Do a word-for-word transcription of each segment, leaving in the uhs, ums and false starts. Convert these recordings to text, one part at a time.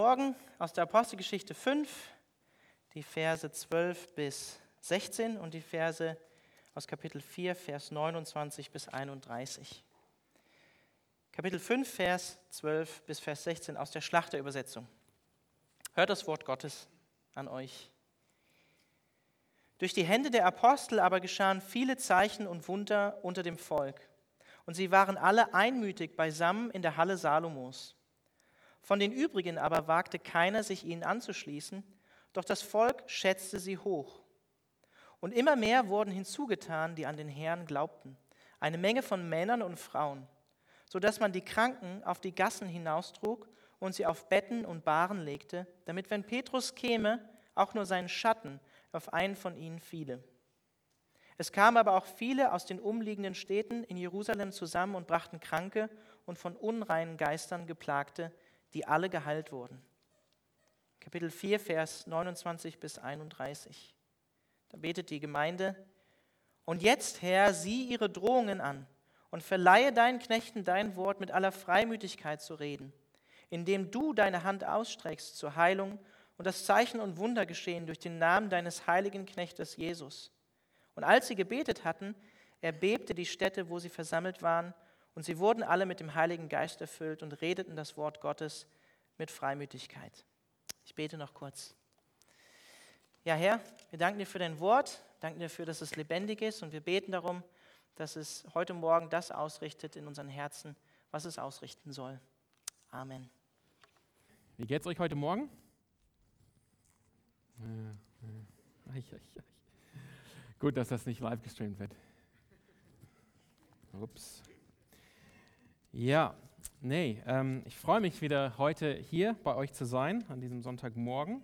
Morgen aus der Apostelgeschichte fünf, die Verse zwölf bis sechzehn und die Verse aus Kapitel vier, Vers neunundzwanzig bis einunddreißig. Kapitel fünf, Vers zwölf bis Vers sechzehn aus der Schlachterübersetzung. Hört das Wort Gottes an euch. Durch die Hände der Apostel aber geschahen viele Zeichen und Wunder unter dem Volk, und sie waren alle einmütig beisammen in der Halle Salomos. Von den übrigen aber wagte keiner, sich ihnen anzuschließen, doch das Volk schätzte sie hoch. Und immer mehr wurden hinzugetan, die an den Herrn glaubten, eine Menge von Männern und Frauen, sodass man die Kranken auf die Gassen hinaustrug und sie auf Betten und Bahren legte, damit, wenn Petrus käme, auch nur sein Schatten auf einen von ihnen fiele. Es kamen aber auch viele aus den umliegenden Städten in Jerusalem zusammen und brachten Kranke und von unreinen Geistern Geplagte, die alle geheilt wurden. Kapitel vier, Vers neunundzwanzig bis einunddreißig. Da betet die Gemeinde: Und jetzt, Herr, sieh ihre Drohungen an und verleihe deinen Knechten dein Wort mit aller Freimütigkeit zu reden, indem du deine Hand ausstreckst zur Heilung und das Zeichen und Wunder geschehen durch den Namen deines heiligen Knechtes Jesus. Und als sie gebetet hatten, erbebte die Stätte, wo sie versammelt waren, und sie wurden alle mit dem Heiligen Geist erfüllt und redeten das Wort Gottes mit Freimütigkeit. Ich bete noch kurz. Ja, Herr, wir danken dir für dein Wort, danken dir dafür, dass es lebendig ist, und wir beten darum, dass es heute Morgen das ausrichtet in unseren Herzen, was es ausrichten soll. Amen. Wie geht's euch heute Morgen? Gut, dass das nicht live gestreamt wird. Ups. Ja, nee, ähm, ich freue mich wieder heute hier bei euch zu sein, an diesem Sonntagmorgen,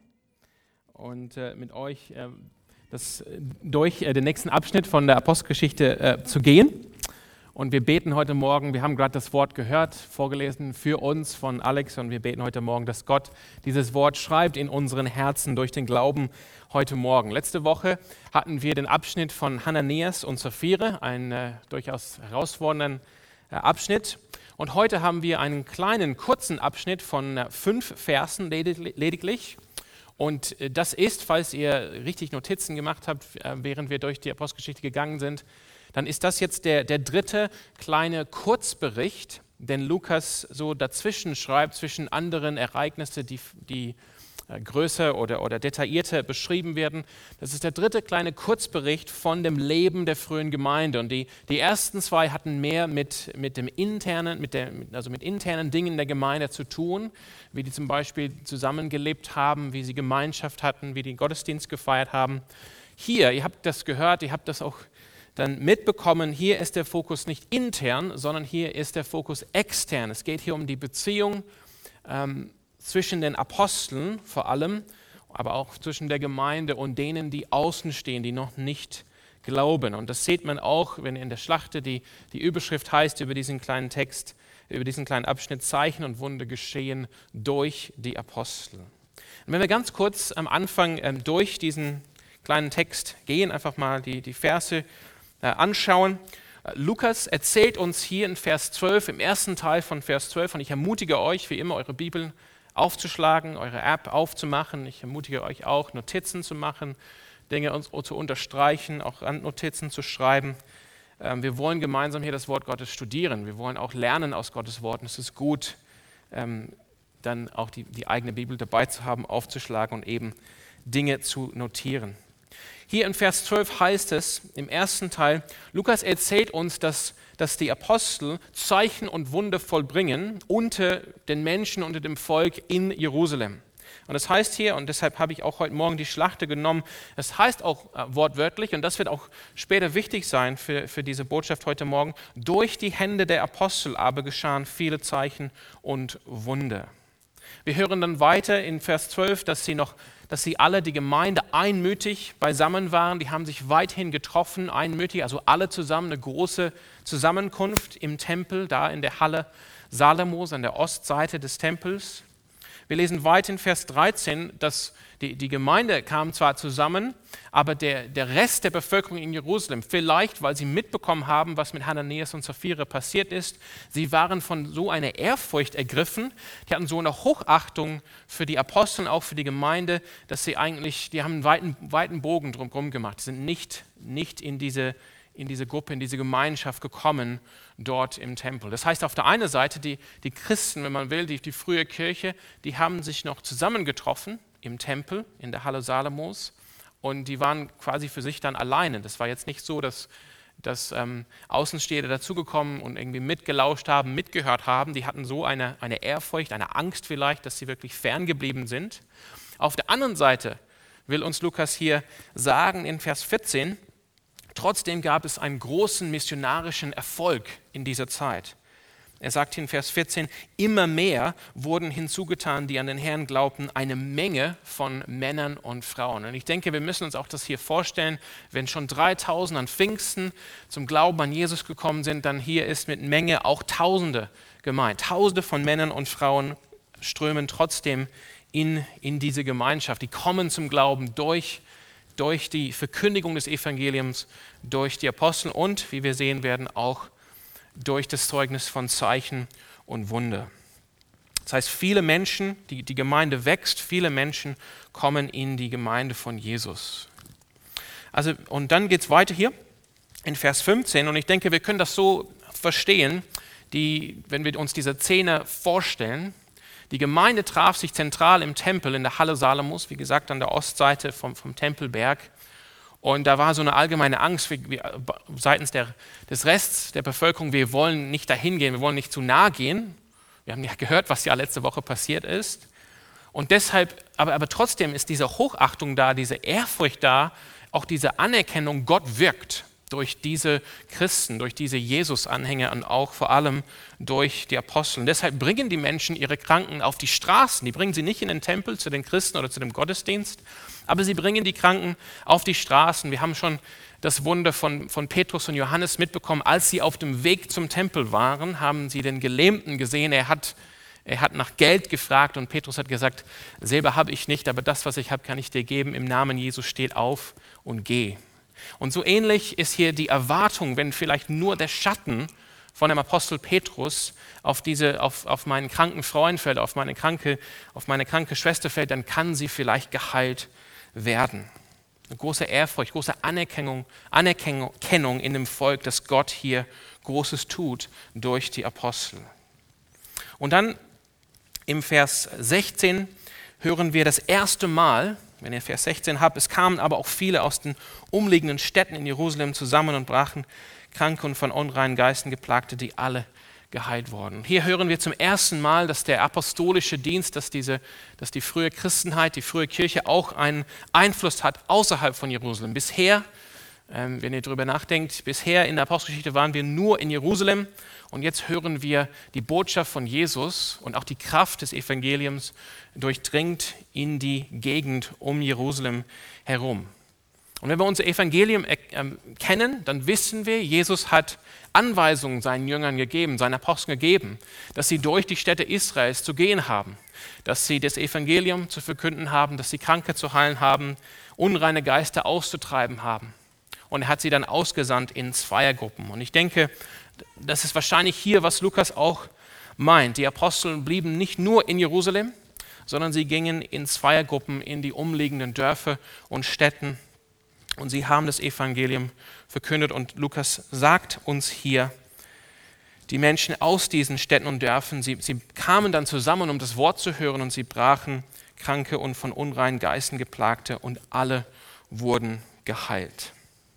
und äh, mit euch äh, das, äh, durch äh, den nächsten Abschnitt von der Apostelgeschichte äh, zu gehen. Und wir beten heute Morgen, wir haben gerade das Wort gehört, vorgelesen für uns von Alex, und wir beten heute Morgen, dass Gott dieses Wort schreibt in unseren Herzen durch den Glauben heute Morgen. Letzte Woche hatten wir den Abschnitt von Hananias und Sapphira, einen äh, durchaus herausfordernden äh, Abschnitt. Und heute haben wir einen kleinen, kurzen Abschnitt von äh, fünf Versen lediglich. Und äh, das ist, falls ihr richtig Notizen gemacht habt, äh, während wir durch die Apostelgeschichte gegangen sind, dann ist das jetzt der, der dritte kleine Kurzbericht, den Lukas so dazwischen schreibt, zwischen anderen Ereignissen, die, die äh, größer oder, oder detaillierter beschrieben werden. Das ist der dritte kleine Kurzbericht von dem Leben der frühen Gemeinde. Und die, die ersten zwei hatten mehr mit, mit dem internen, mit der, also mit internen Dingen der Gemeinde zu tun, wie die zum Beispiel zusammengelebt haben, wie sie Gemeinschaft hatten, wie die Gottesdienst gefeiert haben. Hier, ihr habt das gehört, ihr habt das auch dann mitbekommen, hier ist der Fokus nicht intern, sondern hier ist der Fokus extern. Es geht hier um die Beziehung ähm, zwischen den Aposteln vor allem, aber auch zwischen der Gemeinde und denen, die außen stehen, die noch nicht glauben. Und das sieht man auch, wenn in der Schlachte die, die Überschrift heißt über diesen kleinen Text, über diesen kleinen Abschnitt: Zeichen und Wunder geschehen durch die Apostel. Und wenn wir ganz kurz am Anfang ähm, durch diesen kleinen Text gehen, einfach mal die, die Verse anschauen. Lukas erzählt uns hier in Vers zwölf, im ersten Teil von Vers zwölf, und ich ermutige euch, wie immer, eure Bibeln aufzuschlagen, eure App aufzumachen. Ich ermutige euch auch, Notizen zu machen, Dinge uns zu unterstreichen, auch Randnotizen zu schreiben. Wir wollen gemeinsam hier das Wort Gottes studieren. Wir wollen auch lernen aus Gottes Wort. Und es ist gut, dann auch die, die eigene Bibel dabei zu haben, aufzuschlagen und eben Dinge zu notieren. Hier in Vers zwölf heißt es im ersten Teil, Lukas erzählt uns, dass, dass die Apostel Zeichen und Wunder vollbringen unter den Menschen, unter dem Volk in Jerusalem. Und das heißt hier, und deshalb habe ich auch heute Morgen die Schlachte genommen, es heißt auch äh, wortwörtlich, und das wird auch später wichtig sein für, für diese Botschaft heute Morgen: Durch die Hände der Apostel aber geschahen viele Zeichen und Wunder. Wir hören dann weiter in Vers zwölf, dass sie noch dass sie alle, die Gemeinde, einmütig beisammen waren. Die haben sich weithin getroffen, einmütig, also alle zusammen, eine große Zusammenkunft im Tempel, da in der Halle Salomos, an der Ostseite des Tempels. Wir lesen weiter in Vers dreizehn, dass die, die Gemeinde kam zwar zusammen, aber der, der Rest der Bevölkerung in Jerusalem, vielleicht weil sie mitbekommen haben, was mit Hananias und Sapphira passiert ist, sie waren von so einer Ehrfurcht ergriffen, die hatten so eine Hochachtung für die Apostel und auch für die Gemeinde, dass sie eigentlich, die haben einen weiten, weiten Bogen drumherum gemacht, sind nicht, nicht in diese in diese Gruppe, in diese Gemeinschaft gekommen, dort im Tempel. Das heißt, auf der einen Seite, die, die Christen, wenn man will, die, die frühe Kirche, die haben sich noch zusammengetroffen im Tempel, in der Halle Salomos, und die waren quasi für sich dann alleine. Das war jetzt nicht so, dass, dass ähm, Außenstehende dazugekommen und irgendwie mitgelauscht haben, mitgehört haben. Die hatten so eine, eine Ehrfurcht, eine Angst vielleicht, dass sie wirklich ferngeblieben sind. Auf der anderen Seite will uns Lukas hier sagen in Vers vierzehn, trotzdem gab es einen großen missionarischen Erfolg in dieser Zeit. Er sagt hier in Vers vierzehn, immer mehr wurden hinzugetan, die an den Herrn glaubten, eine Menge von Männern und Frauen. Und ich denke, wir müssen uns auch das hier vorstellen, wenn schon dreitausend an Pfingsten zum Glauben an Jesus gekommen sind, dann hier ist mit Menge auch Tausende gemeint. Tausende von Männern und Frauen strömen trotzdem in, in diese Gemeinschaft. Die kommen zum Glauben durch durch die Verkündigung des Evangeliums, durch die Apostel und, wie wir sehen werden, auch durch das Zeugnis von Zeichen und Wunder. Das heißt, viele Menschen, die, die Gemeinde wächst, viele Menschen kommen in die Gemeinde von Jesus. Also, und dann geht es weiter hier in Vers fünfzehn, und ich denke, wir können das so verstehen, die, wenn wir uns diese Szene vorstellen. Die Gemeinde traf sich zentral im Tempel in der Halle Salomos, wie gesagt, an der Ostseite vom, vom Tempelberg. Und da war so eine allgemeine Angst wie, wie, seitens der, des Rests der Bevölkerung, wir wollen nicht dahin gehen, wir wollen nicht zu nah gehen. Wir haben ja gehört, was ja letzte Woche passiert ist. Und deshalb, aber, aber trotzdem ist diese Hochachtung da, diese Ehrfurcht da, auch diese Anerkennung, Gott wirkt durch diese Christen, durch diese Jesus-Anhänger und auch vor allem durch die Apostel. Und deshalb bringen die Menschen ihre Kranken auf die Straßen. Die bringen sie nicht in den Tempel zu den Christen oder zu dem Gottesdienst, aber sie bringen die Kranken auf die Straßen. Wir haben schon das Wunder von, von Petrus und Johannes mitbekommen. Als sie auf dem Weg zum Tempel waren, haben sie den Gelähmten gesehen. Er hat, er hat nach Geld gefragt und Petrus hat gesagt, selber habe ich nicht, aber das, was ich habe, kann ich dir geben. Im Namen Jesus steht auf und geh. Und so ähnlich ist hier die Erwartung, wenn vielleicht nur der Schatten von dem Apostel Petrus auf, diese, auf, auf meinen kranken Freund fällt, auf meine kranke, auf meine kranke Schwester fällt, dann kann sie vielleicht geheilt werden. Eine große Ehrfurcht, große Anerkennung, Anerkennung in dem Volk, dass Gott hier Großes tut durch die Apostel. Und dann im Vers sechzehn hören wir das erste Mal, wenn ihr Vers sechzehn habt, es kamen aber auch viele aus den umliegenden Städten in Jerusalem zusammen und brachen Kranke und von unreinen Geistern Geplagte, die alle geheilt wurden. Hier hören wir zum ersten Mal, dass der apostolische Dienst, dass, diese, dass die frühe Christenheit, die frühe Kirche auch einen Einfluss hat außerhalb von Jerusalem. Bisher, ähm, wenn ihr darüber nachdenkt, bisher in der Apostelgeschichte waren wir nur in Jerusalem und jetzt hören wir die Botschaft von Jesus und auch die Kraft des Evangeliums durchdringt in die Gegend um Jerusalem herum. Und wenn wir unser Evangelium äh, kennen, dann wissen wir, Jesus hat Anweisungen seinen Jüngern gegeben, seinen Aposteln gegeben, dass sie durch die Städte Israels zu gehen haben, dass sie das Evangelium zu verkünden haben, dass sie Kranke zu heilen haben, unreine Geister auszutreiben haben. Und er hat sie dann ausgesandt in Zweiergruppen. Und ich denke, das ist wahrscheinlich hier, was Lukas auch meint. Die Apostel blieben nicht nur in Jerusalem, sondern sie gingen in Zweiergruppen in die umliegenden Dörfer und Städten und sie haben das Evangelium verkündet. Und Lukas sagt uns hier, die Menschen aus diesen Städten und Dörfern, sie, sie kamen dann zusammen, um das Wort zu hören und sie brachen Kranke und von unreinen Geistern Geplagte und alle wurden geheilt.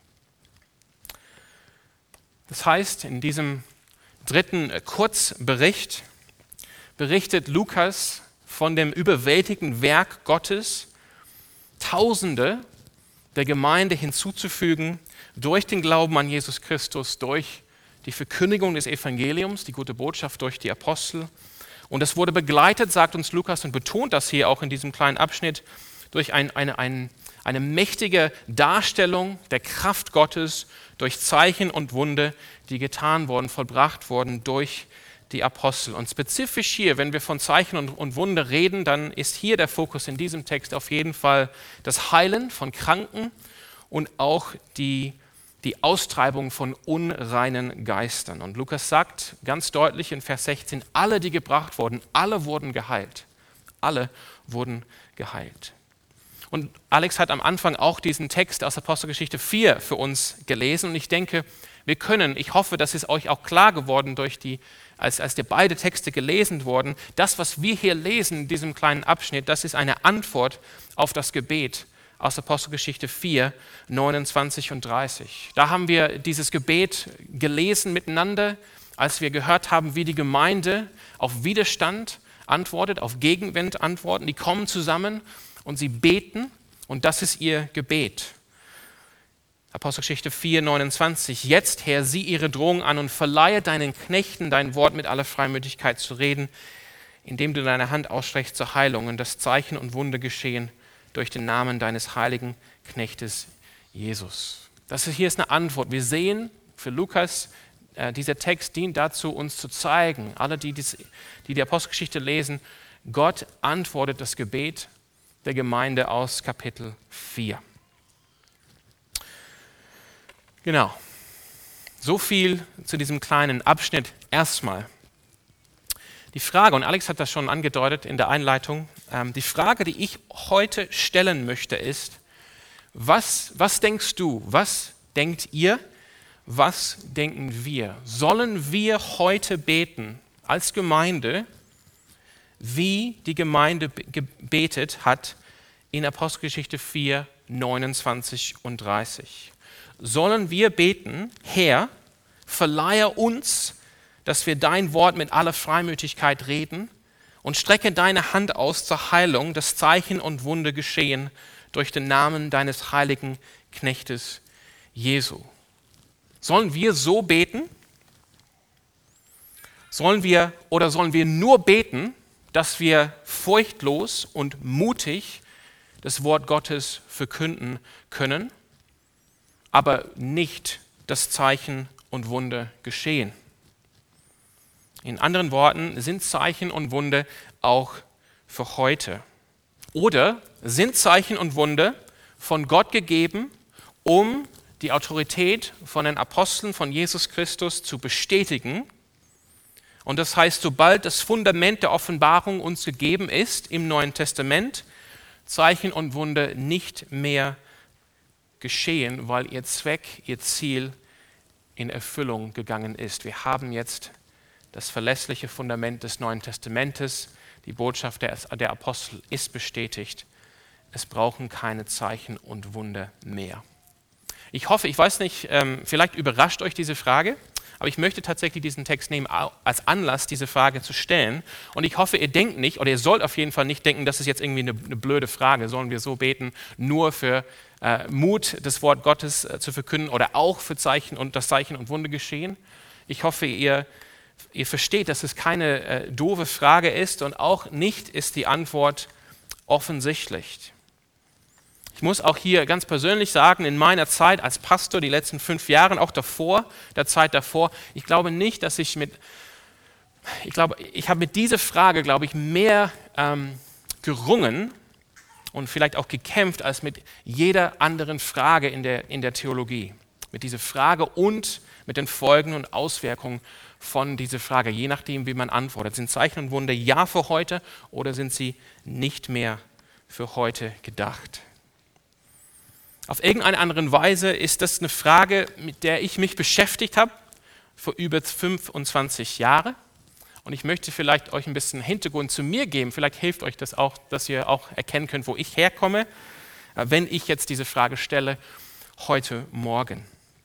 Das heißt, in diesem dritten Kurzbericht berichtet Lukas von dem überwältigenden Werk Gottes, Tausende der Gemeinde hinzuzufügen durch den Glauben an Jesus Christus, durch die Verkündigung des Evangeliums, die gute Botschaft durch die Apostel. Und das wurde begleitet, sagt uns Lukas und betont das hier auch in diesem kleinen Abschnitt, durch ein, eine, ein, eine mächtige Darstellung der Kraft Gottes, durch Zeichen und Wunder, die getan wurden, vollbracht wurden durch die Apostel. Und spezifisch hier, wenn wir von Zeichen und, und Wunder reden, dann ist hier der Fokus in diesem Text auf jeden Fall das Heilen von Kranken und auch die, die Austreibung von unreinen Geistern. Und Lukas sagt ganz deutlich in Vers sechzehn, alle, die gebracht wurden, alle wurden geheilt. Alle wurden geheilt. Und Alex hat am Anfang auch diesen Text aus Apostelgeschichte vier für uns gelesen. Und ich denke, wir können, ich hoffe, das ist euch auch klar geworden, durch die, als, als die beide Texte gelesen wurden, das, was wir hier lesen in diesem kleinen Abschnitt, das ist eine Antwort auf das Gebet aus Apostelgeschichte vier, neunundzwanzig und dreißig. Da haben wir dieses Gebet gelesen miteinander, als wir gehört haben, wie die Gemeinde auf Widerstand antwortet, auf Gegenwind antworten. Die kommen zusammen und sie beten und das ist ihr Gebet. Apostelgeschichte vier, neunundzwanzig. Jetzt, Herr, sieh ihre Drohung an und verleihe deinen Knechten dein Wort mit aller Freimütigkeit zu reden, indem du deine Hand ausstreckst zur Heilung und das Zeichen und Wunder geschehen durch den Namen deines heiligen Knechtes Jesus. Das ist, hier ist eine Antwort. Wir sehen für Lukas, äh, dieser Text dient dazu, uns zu zeigen, alle, die, dies, die die Apostelgeschichte lesen, Gott antwortet das Gebet der Gemeinde aus Kapitel vier. Genau, so viel zu diesem kleinen Abschnitt erstmal. Die Frage, und Alex hat das schon angedeutet in der Einleitung, ähm, die Frage, die ich heute stellen möchte, ist, was, was denkst du, was denkt ihr, was denken wir? Sollen wir heute beten als Gemeinde, wie die Gemeinde gebetet hat in Apostelgeschichte vier, neunundzwanzig und dreißig? Sollen wir beten, Herr, verleihe uns, dass wir dein Wort mit aller Freimütigkeit reden und strecke deine Hand aus zur Heilung, dass Zeichen und Wunder geschehen durch den Namen deines heiligen Knechtes Jesu? Sollen wir so beten? Sollen wir oder sollen wir nur beten, dass wir furchtlos und mutig das Wort Gottes verkünden können, aber nicht das Zeichen und Wunder geschehen? In anderen Worten, sind Zeichen und Wunder auch für heute? Oder sind Zeichen und Wunder von Gott gegeben, um die Autorität von den Aposteln von Jesus Christus zu bestätigen? Und das heißt, sobald das Fundament der Offenbarung uns gegeben ist im Neuen Testament, Zeichen und Wunder nicht mehr geschehen, weil ihr Zweck, ihr Ziel in Erfüllung gegangen ist. Wir haben jetzt das verlässliche Fundament des Neuen Testamentes. Die Botschaft der, der Apostel ist bestätigt. Es brauchen keine Zeichen und Wunder mehr. Ich hoffe, ich weiß nicht, ähm, vielleicht überrascht euch diese Frage, aber ich möchte tatsächlich diesen Text nehmen als Anlass, diese Frage zu stellen. Und ich hoffe, ihr denkt nicht, oder ihr sollt auf jeden Fall nicht denken, das ist jetzt irgendwie eine, eine blöde Frage. Sollen wir so beten, nur für äh, Mut, das Wort Gottes äh, zu verkünden oder auch für Zeichen und das Zeichen und Wunder geschehen? Ich hoffe, ihr, ihr versteht, dass es keine äh, doofe Frage ist und auch nicht ist die Antwort offensichtlich. Ich muss auch hier ganz persönlich sagen, in meiner Zeit als Pastor, die letzten fünf Jahre, auch davor, der Zeit davor, ich glaube nicht, dass ich mit, ich glaube, ich habe mit dieser Frage, glaube ich, mehr ähm, gerungen und vielleicht auch gekämpft, als mit jeder anderen Frage in der, in der Theologie. Mit dieser Frage und mit den Folgen und Auswirkungen von dieser Frage, je nachdem, wie man antwortet. Sind Zeichen und Wunder ja für heute oder sind sie nicht mehr für heute gedacht? Auf irgendeine andere Weise ist das eine Frage, mit der ich mich beschäftigt habe vor über fünfundzwanzig Jahren. Und ich möchte vielleicht euch ein bisschen Hintergrund zu mir geben. Vielleicht hilft euch das auch, dass ihr auch erkennen könnt, wo ich herkomme, wenn ich jetzt diese Frage stelle, heute Morgen.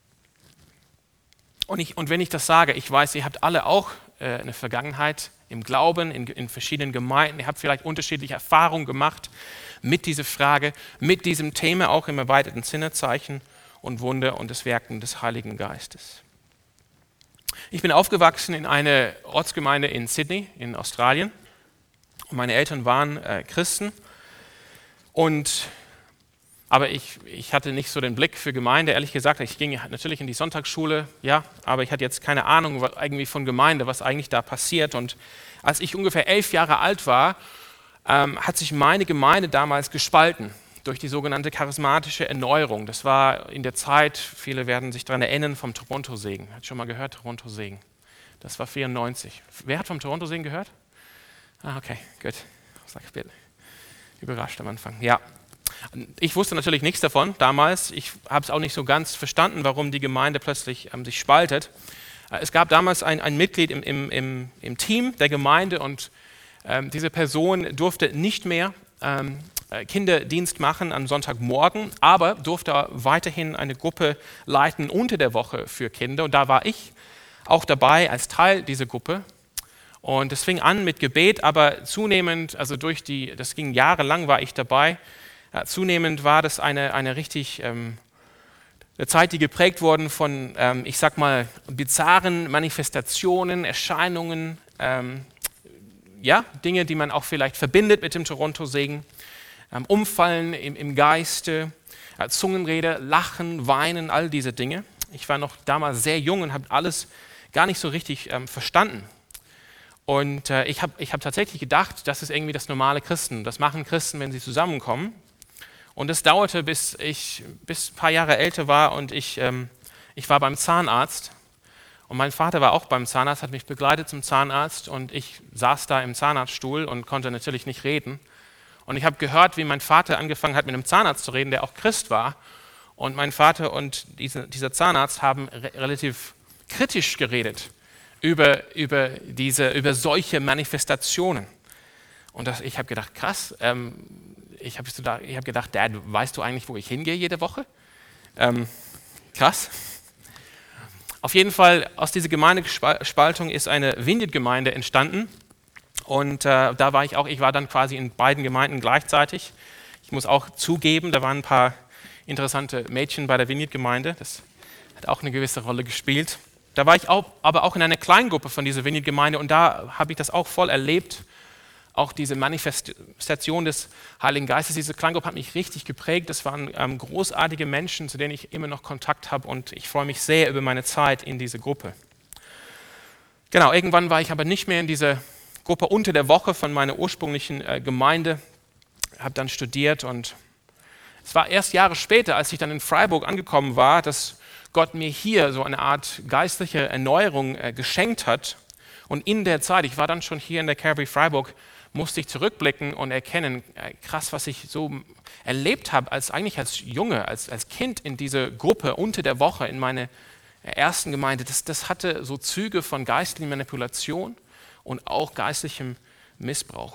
Und, ich, und wenn ich das sage, ich weiß, ihr habt alle auch äh, eine Vergangenheit im Glauben, in, in verschiedenen Gemeinden. Ihr habt vielleicht unterschiedliche Erfahrungen gemacht mit dieser Frage, mit diesem Thema, auch im erweiterten Sinne, Zeichen und Wunder und das Wirken des Heiligen Geistes. Ich bin aufgewachsen in einer Ortsgemeinde in Sydney, in Australien. Und meine Eltern waren äh, Christen. Und aber ich, ich hatte nicht so den Blick für Gemeinde, ehrlich gesagt. Ich ging natürlich in die Sonntagsschule, ja, aber ich hatte jetzt keine Ahnung was, irgendwie von Gemeinde, was eigentlich da passiert. Und als ich ungefähr elf Jahre alt war, ähm, hat sich meine Gemeinde damals gespalten durch die sogenannte charismatische Erneuerung. Das war in der Zeit, viele werden sich daran erinnern, vom Toronto-Segen. Hat schon mal gehört, Toronto-Segen? Das war vierundneunzig. Wer hat vom Toronto-Segen gehört? Ah, okay, gut. Ich bin überrascht am Anfang. Ja, ich wusste natürlich nichts davon damals. Ich habe es auch nicht so ganz verstanden, warum die Gemeinde plötzlich ähm, sich spaltet. Äh, es gab damals ein, ein Mitglied im, im, im, im Team der Gemeinde und ähm, diese Person durfte nicht mehr ähm, Kinderdienst machen am Sonntagmorgen, aber durfte weiterhin eine Gruppe leiten unter der Woche für Kinder. Und da war ich auch dabei als Teil dieser Gruppe. Und es fing an mit Gebet, aber zunehmend, also durch die, das ging jahrelang, war ich dabei. Ja, zunehmend war das eine, eine richtig ähm, eine Zeit, die geprägt worden von, ähm, ich sag mal, bizarren Manifestationen, Erscheinungen, ähm, ja, Dinge, die man auch vielleicht verbindet mit dem Toronto-Segen. Ähm, Umfallen im, im Geiste, äh, Zungenrede, Lachen, Weinen, all diese Dinge. Ich war noch damals sehr jung und habe alles gar nicht so richtig ähm, verstanden. Und äh, ich habe ich hab tatsächlich gedacht, das ist irgendwie das normale Christen. Das machen Christen, wenn sie zusammenkommen. Und es dauerte, bis ich bis ein paar Jahre älter war und ich, ähm, ich war beim Zahnarzt. Und mein Vater war auch beim Zahnarzt, hat mich begleitet zum Zahnarzt und ich saß da im Zahnarztstuhl und konnte natürlich nicht reden. Und ich habe gehört, wie mein Vater angefangen hat, mit einem Zahnarzt zu reden, der auch Christ war. Und mein Vater und diese, dieser Zahnarzt haben re- relativ kritisch geredet über, über, diese, über solche Manifestationen. Und das, ich habe gedacht, krass, ähm, ich habe hab gedacht, Dad, weißt du eigentlich, wo ich hingehe jede Woche? Ähm, krass. Auf jeden Fall, aus dieser Gemeindespaltung ist eine Vineyard-Gemeinde entstanden. Und äh, da war ich auch, ich war dann quasi in beiden Gemeinden gleichzeitig. Ich muss auch zugeben, da waren ein paar interessante Mädchen bei der Vineyard-Gemeinde. Das hat auch eine gewisse Rolle gespielt. Da war ich auch, aber auch in einer Kleingruppe von dieser Vineyard-Gemeinde und da habe ich das auch voll erlebt. Auch diese Manifestation des Heiligen Geistes, diese Kleingruppe hat mich richtig geprägt. Das waren ähm, großartige Menschen, zu denen ich immer noch Kontakt habe und ich freue mich sehr über meine Zeit in dieser Gruppe. Genau, irgendwann war ich aber nicht mehr in dieser Gruppe unter der Woche von meiner ursprünglichen äh, Gemeinde, habe dann studiert und es war erst Jahre später, als ich dann in Freiburg angekommen war, dass Gott mir hier so eine Art geistliche Erneuerung äh, geschenkt hat. Und in der Zeit, ich war dann schon hier in der Calvary Freiburg, musste ich zurückblicken und erkennen, äh, krass, was ich so erlebt habe, als eigentlich als Junge, als, als Kind in dieser Gruppe unter der Woche in meiner ersten Gemeinde. Das, das hatte so Züge von geistlicher Manipulation und auch geistlichem Missbrauch.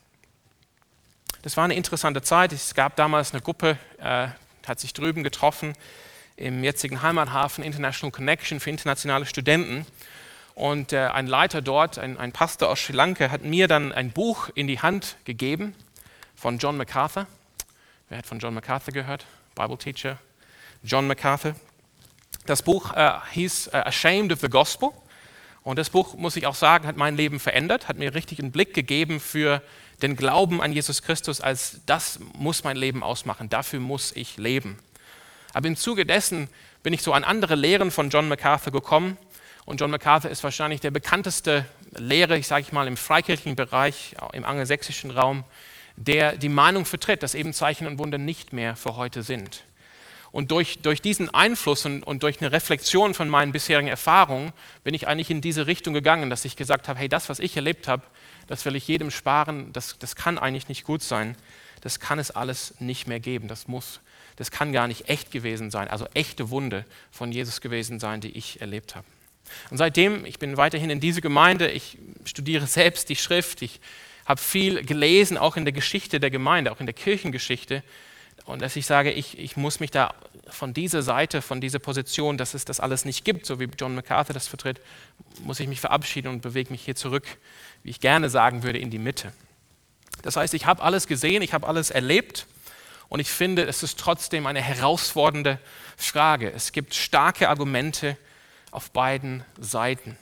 Das war eine interessante Zeit. Es gab damals eine Gruppe, äh, hat sich drüben getroffen im jetzigen Heimathafen International Connection für internationale Studenten. Und äh, ein Leiter dort, ein, ein Pastor aus Sri Lanka, hat mir dann ein Buch in die Hand gegeben von John MacArthur. Wer hat von John MacArthur gehört? Bible Teacher. John MacArthur. Das Buch äh, hieß äh, Ashamed of the Gospel. Und das Buch, muss ich auch sagen, hat mein Leben verändert, hat mir richtig einen Blick gegeben für den Glauben an Jesus Christus, als das muss mein Leben ausmachen, dafür muss ich leben. Aber im Zuge dessen bin ich so an andere Lehren von John MacArthur gekommen. Und John MacArthur ist wahrscheinlich der bekannteste Lehrer, ich sage mal im freikirchlichen Bereich, im angelsächsischen Raum, der die Meinung vertritt, dass eben Zeichen und Wunder nicht mehr für heute sind. Und durch, durch diesen Einfluss und, und durch eine Reflexion von meinen bisherigen Erfahrungen bin ich eigentlich in diese Richtung gegangen, dass ich gesagt habe, hey, das, was ich erlebt habe, das will ich jedem sparen, das, das kann eigentlich nicht gut sein, das kann es alles nicht mehr geben, das muss, das kann gar nicht echt gewesen sein, also echte Wunder von Jesus gewesen sein, die ich erlebt habe. Und seitdem, ich bin weiterhin in dieser Gemeinde, ich studiere selbst die Schrift, ich habe viel gelesen, auch in der Geschichte der Gemeinde, auch in der Kirchengeschichte. Und dass ich sage, ich, ich muss mich da von dieser Seite, von dieser Position, dass es das alles nicht gibt, so wie John MacArthur das vertritt, muss ich mich verabschieden und bewege mich hier zurück, wie ich gerne sagen würde, in die Mitte. Das heißt, ich habe alles gesehen, ich habe alles erlebt und ich finde, es ist trotzdem eine herausfordernde Frage. Es gibt starke Argumente auf beiden Seiten.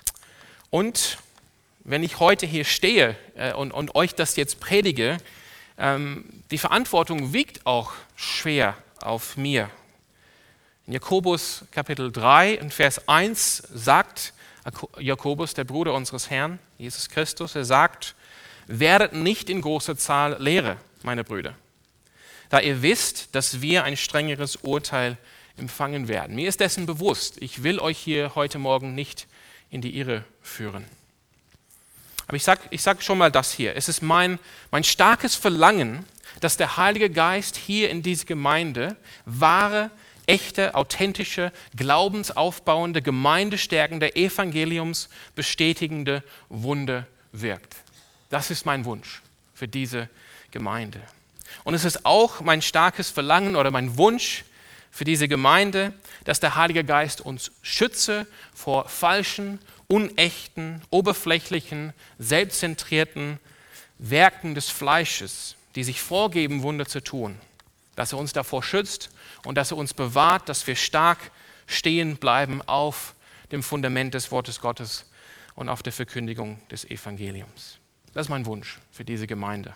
Und wenn ich heute hier stehe äh, und, und euch das jetzt predige, ähm, die Verantwortung wiegt auch schwer auf mir. In Jakobus Kapitel drei und Vers eins sagt Jakobus, der Bruder unseres Herrn, Jesus Christus, er sagt, werdet nicht in großer Zahl Lehrer, meine Brüder, da ihr wisst, dass wir ein strengeres Urteil empfangen werden. Mir ist dessen bewusst. Ich will euch hier heute Morgen nicht in die Irre führen. Aber ich sage ich sag schon mal das hier. Es ist mein, mein starkes Verlangen, dass der Heilige Geist hier in dieser Gemeinde wahre, echte, authentische, glaubensaufbauende, gemeindestärkende, evangeliumsbestätigende Wunder wirkt. Das ist mein Wunsch für diese Gemeinde. Und es ist auch mein starkes Verlangen oder mein Wunsch für diese Gemeinde, dass der Heilige Geist uns schütze vor falschen, unechten, oberflächlichen, selbstzentrierten Werken des Fleisches, die sich vorgeben, Wunder zu tun. Dass er uns davor schützt und dass er uns bewahrt, dass wir stark stehen bleiben auf dem Fundament des Wortes Gottes und auf der Verkündigung des Evangeliums. Das ist mein Wunsch für diese Gemeinde.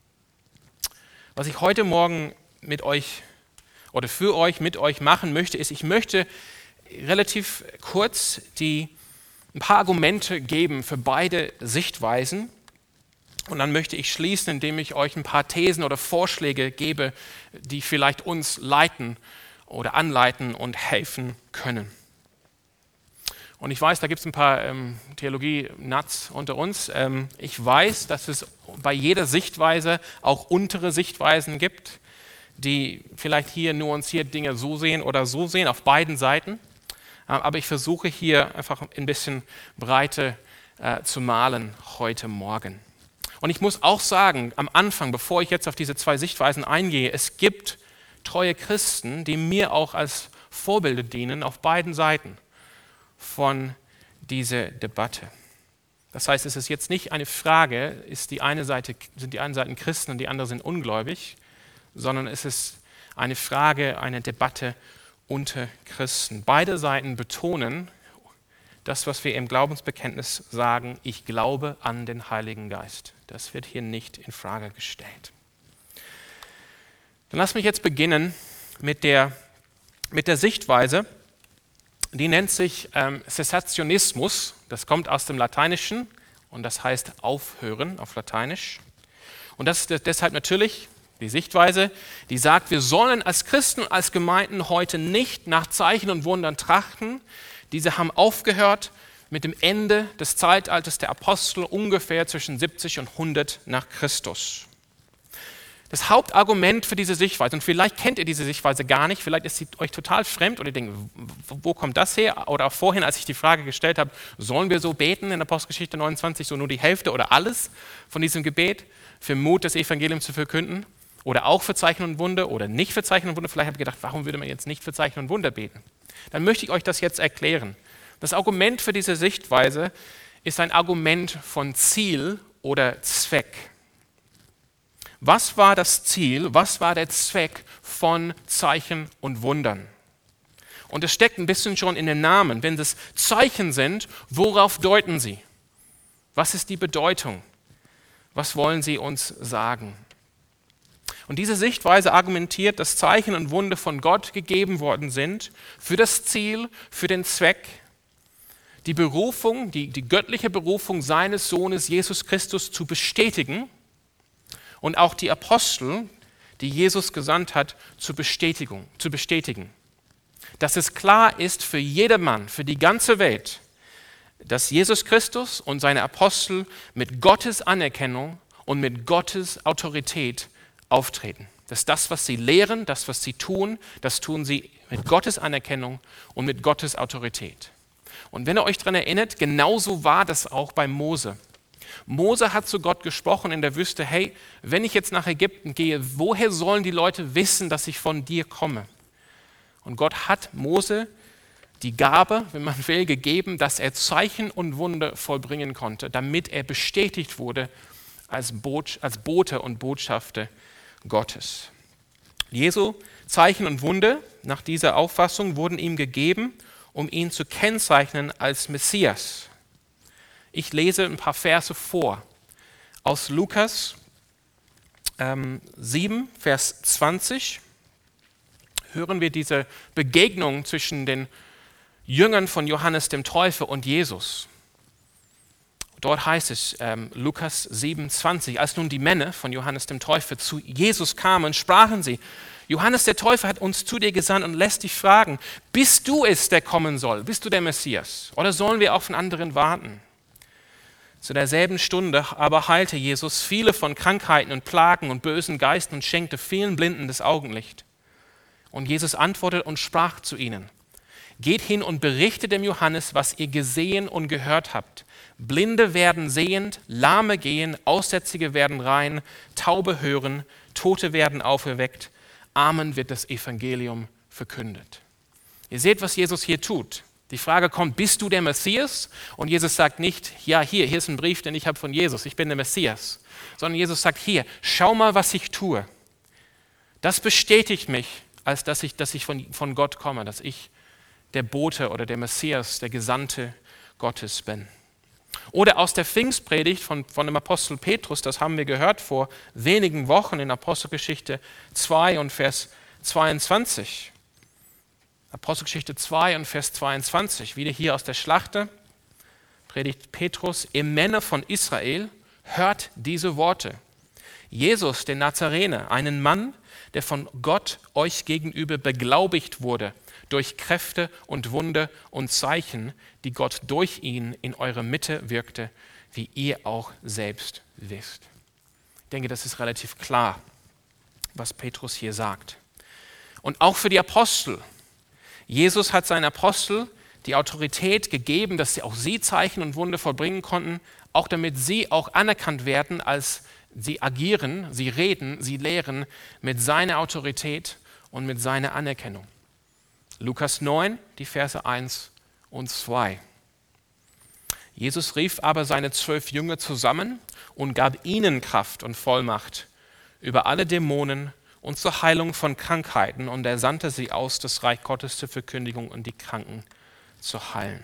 Was ich heute Morgen mit euch oder für euch, mit euch machen möchte, ist, ich möchte relativ kurz die, ein paar Argumente geben für beide Sichtweisen. Und dann möchte ich schließen, indem ich euch ein paar Thesen oder Vorschläge gebe, die vielleicht uns leiten oder anleiten und helfen können. Und ich weiß, da gibt es ein paar ähm, Theologie-Nuts unter uns. Ähm, ich weiß, dass es bei jeder Sichtweise auch untere Sichtweisen gibt, die vielleicht hier nuanciert Dinge so sehen oder so sehen, auf beiden Seiten. Ähm, aber ich versuche hier einfach ein bisschen Breite äh, zu malen heute Morgen. Und ich muss auch sagen, am Anfang, bevor ich jetzt auf diese zwei Sichtweisen eingehe, es gibt treue Christen, die mir auch als Vorbilder dienen auf beiden Seiten von dieser Debatte. Das heißt, es ist jetzt nicht eine Frage, ist die eine Seite, sind die einen Seiten Christen und die anderen sind ungläubig, sondern es ist eine Frage, eine Debatte unter Christen. Beide Seiten betonen das, was wir im Glaubensbekenntnis sagen, ich glaube an den Heiligen Geist. Das wird hier nicht in Frage gestellt. Dann lass mich jetzt beginnen mit der, mit der Sichtweise, die nennt sich ähm, Cessationismus. Das kommt aus dem Lateinischen und das heißt aufhören auf Lateinisch. Und das ist deshalb natürlich die Sichtweise, die sagt, wir sollen als Christen, als Gemeinden heute nicht nach Zeichen und Wundern trachten. Diese haben aufgehört mit dem Ende des Zeitalters der Apostel ungefähr zwischen siebzig und hundert nach Christus. Das Hauptargument für diese Sichtweise, und vielleicht kennt ihr diese Sichtweise gar nicht, vielleicht ist sie euch total fremd oder ihr denkt, wo kommt das her? Oder auch vorhin, als ich die Frage gestellt habe, sollen wir so beten in Apostelgeschichte neunundzwanzig, so nur die Hälfte oder alles von diesem Gebet für Mut, das Evangelium zu verkünden? Oder auch für Zeichen und Wunder oder nicht für Zeichen und Wunder? Vielleicht habt ihr gedacht, warum würde man jetzt nicht für Zeichen und Wunder beten? Dann möchte ich euch das jetzt erklären. Das Argument für diese Sichtweise ist ein Argument von Ziel oder Zweck. Was war das Ziel, was war der Zweck von Zeichen und Wundern? Und es steckt ein bisschen schon in den Namen. Wenn es Zeichen sind, worauf deuten sie? Was ist die Bedeutung? Was wollen sie uns sagen? Und diese Sichtweise argumentiert, dass Zeichen und Wunder von Gott gegeben worden sind für das Ziel, für den Zweck, die Berufung, die, die göttliche Berufung seines Sohnes Jesus Christus zu bestätigen und auch die Apostel, die Jesus gesandt hat, zu Bestätigung, zu bestätigen. Dass es klar ist für jedermann, für die ganze Welt, dass Jesus Christus und seine Apostel mit Gottes Anerkennung und mit Gottes Autorität auftreten. Dass das, was sie lehren, das, was sie tun, das tun sie mit Gottes Anerkennung und mit Gottes Autorität. Und wenn ihr euch daran erinnert, genauso war das auch bei Mose. Mose hat zu Gott gesprochen in der Wüste, hey, wenn ich jetzt nach Ägypten gehe, woher sollen die Leute wissen, dass ich von dir komme? Und Gott hat Mose die Gabe, wenn man will, gegeben, dass er Zeichen und Wunder vollbringen konnte, damit er bestätigt wurde als, Bot, als Bote und Botschafter Gottes. Jesu Zeichen und Wunder nach dieser Auffassung wurden ihm gegeben, um ihn zu kennzeichnen als Messias. Ich lese ein paar Verse vor aus Lukas ähm, sieben, Vers zwanzig, hören wir diese Begegnung zwischen den Jüngern von Johannes dem Täufer und Jesus. Dort heißt es, ähm, Lukas sieben, zwanzig, als nun die Männer von Johannes dem Täufer zu Jesus kamen, sprachen sie, Johannes der Täufer hat uns zu dir gesandt und lässt dich fragen, bist du es, der kommen soll? Bist du der Messias? Oder sollen wir auch von anderen warten? Zu derselben Stunde aber heilte Jesus viele von Krankheiten und Plagen und bösen Geisten und schenkte vielen Blinden das Augenlicht. Und Jesus antwortete und sprach zu ihnen, geht hin und berichtet dem Johannes, was ihr gesehen und gehört habt. Blinde werden sehend, Lahme gehen, Aussätzige werden rein, Taube hören, Tote werden auferweckt, Armen wird das Evangelium verkündet. Ihr seht, was Jesus hier tut. Die Frage kommt, bist du der Messias? Und Jesus sagt nicht, ja, hier, hier ist ein Brief, den ich habe von Jesus, ich bin der Messias. Sondern Jesus sagt, hier, schau mal, was ich tue. Das bestätigt mich, als dass ich, dass ich von, von Gott komme, dass ich der Bote oder der Messias, der Gesandte Gottes bin. Oder aus der Pfingstpredigt von, von dem Apostel Petrus, das haben wir gehört vor wenigen Wochen in Apostelgeschichte zwei und Vers zweiundzwanzig. Apostelgeschichte zwei und Vers zweiundzwanzig, wieder hier aus der Schlachter, predigt Petrus, ihr Männer von Israel, hört diese Worte. Jesus, der Nazarener, einen Mann, der von Gott euch gegenüber beglaubigt wurde, durch Kräfte und Wunder und Zeichen, die Gott durch ihn in eurer Mitte wirkte, wie ihr auch selbst wisst. Ich denke, das ist relativ klar, was Petrus hier sagt. Und auch für die Apostel. Jesus hat seinen Apostel die Autorität gegeben, dass sie auch sie Zeichen und Wunder vollbringen konnten, auch damit sie auch anerkannt werden, als sie agieren, sie reden, sie lehren mit seiner Autorität und mit seiner Anerkennung. Lukas neun, die Verse eins und zwei. Jesus rief aber seine zwölf Jünger zusammen und gab ihnen Kraft und Vollmacht über alle Dämonen und zur Heilung von Krankheiten, und er sandte sie aus, das Reich Gottes zur Verkündigung und die Kranken zu heilen.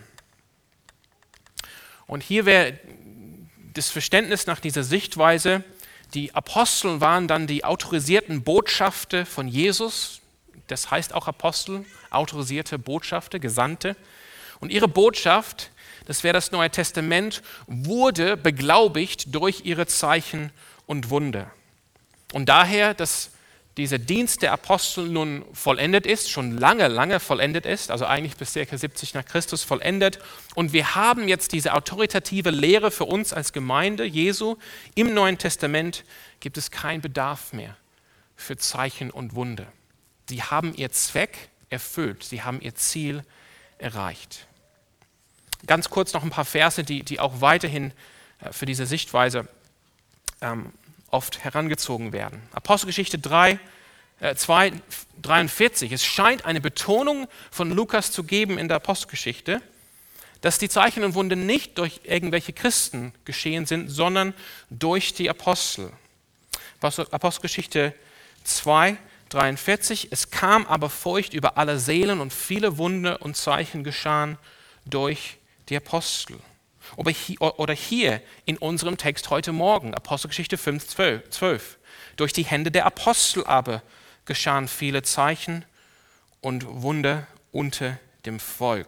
Und hier wäre das Verständnis nach dieser Sichtweise, die Apostel waren dann die autorisierten Botschafter von Jesus, das heißt auch Apostel, autorisierte Botschafter, Gesandte. Und ihre Botschaft, das wäre das Neue Testament, wurde beglaubigt durch ihre Zeichen und Wunder. Und daher, dass dieser Dienst der Apostel nun vollendet ist, schon lange, lange vollendet ist, also eigentlich bis ca. siebzig nach Christus vollendet. Und wir haben jetzt diese autoritative Lehre für uns als Gemeinde Jesu. Im Neuen Testament gibt es keinen Bedarf mehr für Zeichen und Wunder. Sie haben ihr Zweck erfüllt, sie haben ihr Ziel erreicht. Ganz kurz noch ein paar Verse, die, die auch weiterhin für diese Sichtweise ähm, oft herangezogen werden. Apostelgeschichte drei, äh, zwei, dreiundvierzig. Es scheint eine Betonung von Lukas zu geben in der Apostelgeschichte, dass die Zeichen und Wunder nicht durch irgendwelche Christen geschehen sind, sondern durch die Apostel. Apostelgeschichte zwei, dreiundvierzig. Es kam aber Furcht über alle Seelen und viele Wunder und Zeichen geschahen durch die Apostel. Oder hier in unserem Text heute Morgen, Apostelgeschichte fünf, zwölf. Durch die Hände der Apostel aber geschahen viele Zeichen und Wunder unter dem Volk.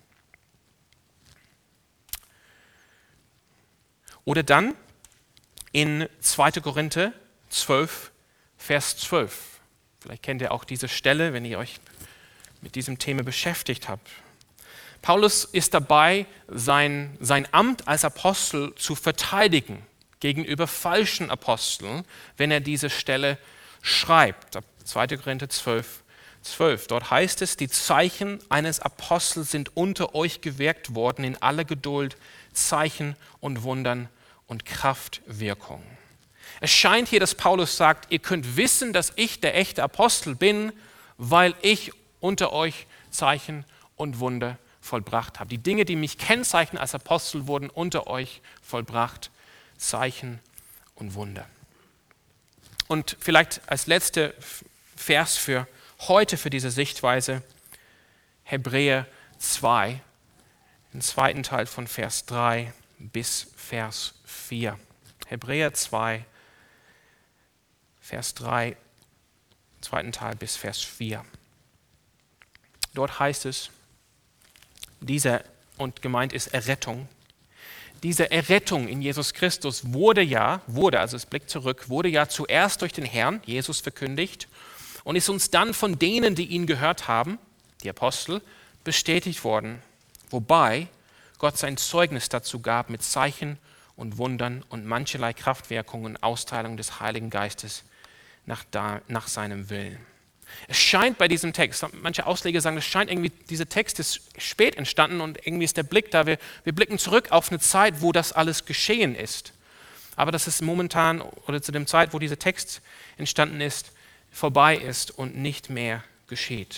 Oder dann in zweiter Korinther zwölf, Vers zwölf. Vielleicht kennt ihr auch diese Stelle, wenn ihr euch mit diesem Thema beschäftigt habt. Paulus ist dabei, sein, sein Amt als Apostel zu verteidigen gegenüber falschen Aposteln, wenn er diese Stelle schreibt. zweiter Korinther zwölf, zwölf. Dort heißt es, die Zeichen eines Apostels sind unter euch gewirkt worden in aller Geduld, Zeichen und Wundern und Kraftwirkung. Es scheint hier, dass Paulus sagt, ihr könnt wissen, dass ich der echte Apostel bin, weil ich unter euch Zeichen und Wunder vollbracht habe. Die Dinge, die mich kennzeichnen als Apostel, wurden unter euch vollbracht. Zeichen und Wunder. Und vielleicht als letzter Vers für heute, für diese Sichtweise, Hebräer zwei, den zweiten Teil von Vers drei bis Vers vier. Hebräer zwei, Vers drei, zweiten Teil bis Vers vier. Dort heißt es, diese, und gemeint ist Errettung, diese Errettung in Jesus Christus wurde ja, wurde, also es blickt zurück, wurde ja zuerst durch den Herrn, Jesus, verkündigt und ist uns dann von denen, die ihn gehört haben, die Apostel, bestätigt worden. Wobei Gott sein Zeugnis dazu gab mit Zeichen und Wundern und mancherlei Kraftwirkungen und Austeilung des Heiligen Geistes nach, da, nach seinem Willen. Es scheint bei diesem Text, manche Ausleger sagen, es scheint irgendwie, dieser Text ist spät entstanden und irgendwie ist der Blick da, wir, wir blicken zurück auf eine Zeit, wo das alles geschehen ist. Aber dass es momentan oder zu dem Zeit, wo dieser Text entstanden ist, vorbei ist und nicht mehr geschieht.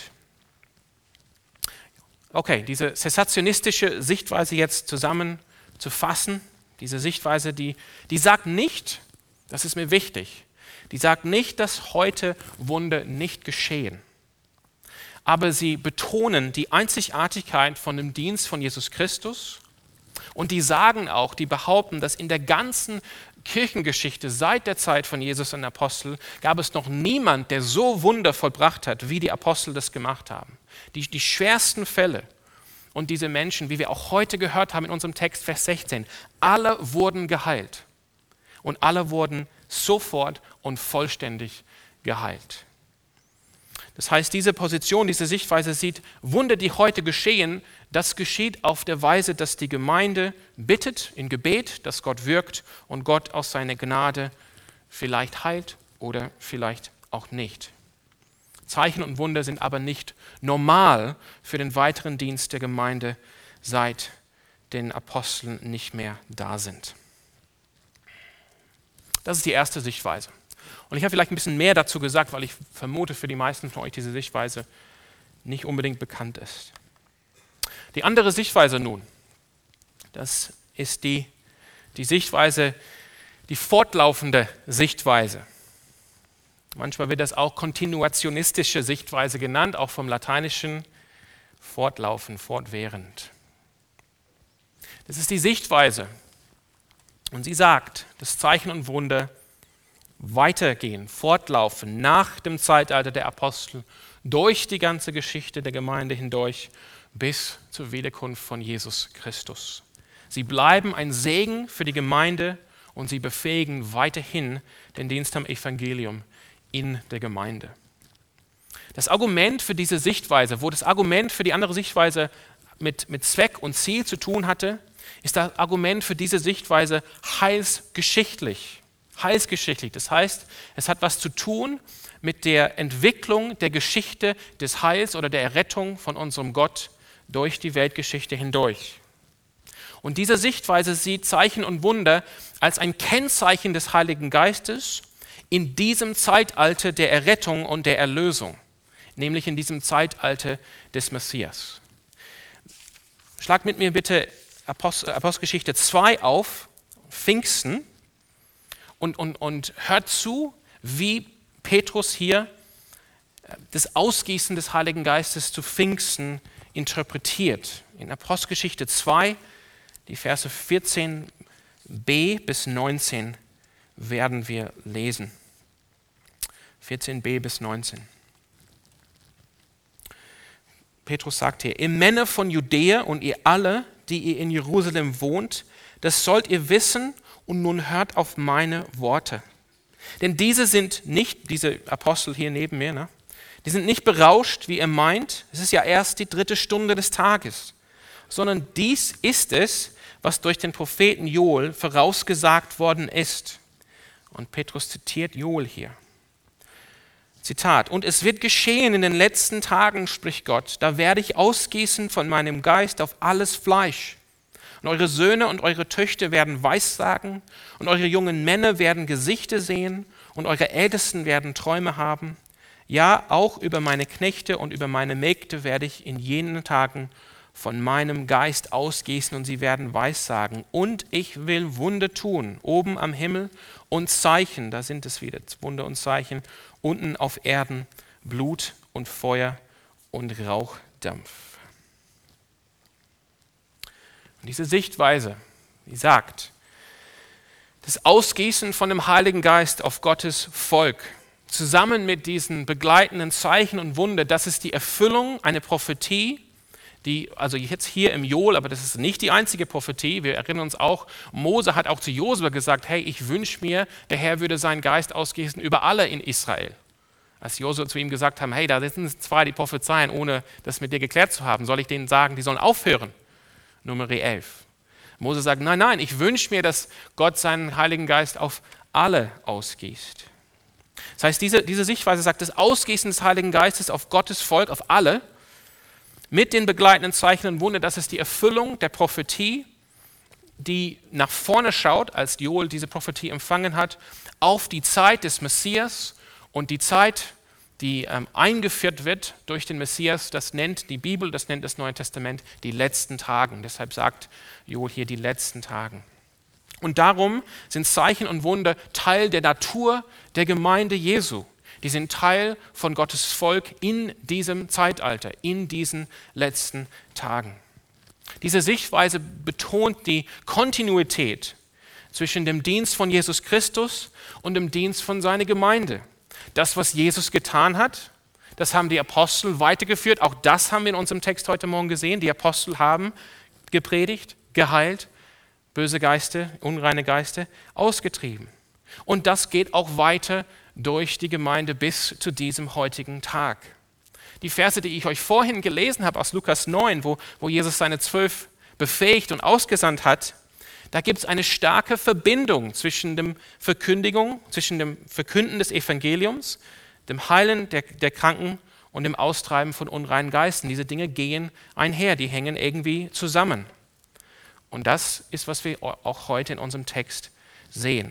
Okay, diese zessationistische Sichtweise jetzt zusammenzufassen, diese Sichtweise, die, die sagt nicht, das ist mir wichtig, die sagt nicht, dass heute Wunder nicht geschehen. Aber sie betonen die Einzigartigkeit von dem Dienst von Jesus Christus und die sagen auch, die behaupten, dass in der ganzen Kirchengeschichte seit der Zeit von Jesus und Apostel gab es noch niemand, der so Wunder vollbracht hat, wie die Apostel das gemacht haben. Die, die schwersten Fälle und diese Menschen, wie wir auch heute gehört haben in unserem Text, Vers sechzehn, alle wurden geheilt und alle wurden sofort und vollständig geheilt. Das heißt, diese Position, diese Sichtweise sieht, Wunder, die heute geschehen, das geschieht auf der Weise, dass die Gemeinde bittet in Gebet, dass Gott wirkt und Gott aus seiner Gnade vielleicht heilt oder vielleicht auch nicht. Zeichen und Wunder sind aber nicht normal für den weiteren Dienst der Gemeinde, seit den Aposteln nicht mehr da sind. Das ist die erste Sichtweise. Und ich habe vielleicht ein bisschen mehr dazu gesagt, weil ich vermute, für die meisten von euch diese Sichtweise nicht unbedingt bekannt ist. Die andere Sichtweise nun, das ist die, die Sichtweise, die fortlaufende Sichtweise. Manchmal wird das auch kontinuationistische Sichtweise genannt, auch vom Lateinischen fortlaufend, fortwährend. Das ist die Sichtweise. Und sie sagt, dass Zeichen und Wunder weitergehen, fortlaufen nach dem Zeitalter der Apostel, durch die ganze Geschichte der Gemeinde hindurch bis zur Wiederkunft von Jesus Christus. Sie bleiben ein Segen für die Gemeinde und sie befähigen weiterhin den Dienst am Evangelium in der Gemeinde. Das Argument für diese Sichtweise, wo das Argument für die andere Sichtweise mit, mit Zweck und Ziel zu tun hatte, ist das Argument für diese Sichtweise heilsgeschichtlich. Heilsgeschichtlich, das heißt, es hat was zu tun mit der Entwicklung der Geschichte des Heils oder der Errettung von unserem Gott durch die Weltgeschichte hindurch. Und diese Sichtweise sieht Zeichen und Wunder als ein Kennzeichen des Heiligen Geistes in diesem Zeitalter der Errettung und der Erlösung, nämlich in diesem Zeitalter des Messias. Schlag mit mir bitte Apostel, Apostelgeschichte zwei auf, Pfingsten, und, und, und hört zu, wie Petrus hier das Ausgießen des Heiligen Geistes zu Pfingsten interpretiert. In Apostelgeschichte zwei, die Verse vierzehn b bis neunzehn werden wir lesen. vierzehn b bis neunzehn. Petrus sagt hier, ihr Männer von Judäa und ihr alle, die ihr in Jerusalem wohnt, das sollt ihr wissen und nun hört auf meine Worte. Denn diese sind nicht, diese Apostel hier neben mir, ne, die sind nicht berauscht, wie ihr meint, es ist ja erst die dritte Stunde des Tages, sondern dies ist es, was durch den Propheten Joel vorausgesagt worden ist. Und Petrus zitiert Joel hier. Zitat, und es wird geschehen in den letzten Tagen, spricht Gott, da werde ich ausgießen von meinem Geist auf alles Fleisch. Und eure Söhne und eure Töchter werden Weissagen und eure jungen Männer werden Gesichter sehen und eure Ältesten werden Träume haben. Ja, auch über meine Knechte und über meine Mägde werde ich in jenen Tagen von meinem Geist ausgießen und sie werden Weissagen. Und ich will Wunder tun, oben am Himmel und Zeichen, da sind es wieder, Wunder und Zeichen, unten auf Erden, Blut und Feuer und Rauchdampf. Und diese Sichtweise, die sagt, das Ausgießen von dem Heiligen Geist auf Gottes Volk zusammen mit diesen begleitenden Zeichen und Wunder, das ist die Erfüllung einer Prophetie, die, also jetzt hier im Joel, aber das ist nicht die einzige Prophetie. Wir erinnern uns auch, Mose hat auch zu Josua gesagt, hey, ich wünsche mir, der Herr würde seinen Geist ausgießen über alle in Israel. Als Josua zu ihm gesagt haben, hey, da sind zwei, die prophezeien, ohne das mit dir geklärt zu haben, soll ich denen sagen, die sollen aufhören? Nummer elf. Mose sagt, nein, nein, ich wünsche mir, dass Gott seinen Heiligen Geist auf alle ausgießt. Das heißt, diese, diese Sichtweise sagt, das Ausgießen des Heiligen Geistes auf Gottes Volk, auf alle, mit den begleitenden Zeichen und Wunder, das ist die Erfüllung der Prophetie, die nach vorne schaut, als Joel diese Prophetie empfangen hat, auf die Zeit des Messias und die Zeit, die ähm, eingeführt wird durch den Messias, das nennt die Bibel, das nennt das Neue Testament die letzten Tagen. Deshalb sagt Joel hier die letzten Tagen. Und darum sind Zeichen und Wunder Teil der Natur der Gemeinde Jesu. Die sind Teil von Gottes Volk in diesem Zeitalter, in diesen letzten Tagen. Diese Sichtweise betont die Kontinuität zwischen dem Dienst von Jesus Christus und dem Dienst von seiner Gemeinde. Das, was Jesus getan hat, das haben die Apostel weitergeführt. Auch das haben wir in unserem Text heute Morgen gesehen. Die Apostel haben gepredigt, geheilt, böse Geister, unreine Geister ausgetrieben. Und das geht auch weiter durch die Gemeinde bis zu diesem heutigen Tag. Die Verse, die ich euch vorhin gelesen habe aus Lukas neun, wo, wo Jesus seine Zwölf befähigt und ausgesandt hat, da gibt es eine starke Verbindung zwischen dem Verkündigung, zwischen dem Verkünden des Evangeliums, dem Heilen der, der Kranken und dem Austreiben von unreinen Geistern. Diese Dinge gehen einher, die hängen irgendwie zusammen. Und das ist, was wir auch heute in unserem Text sehen.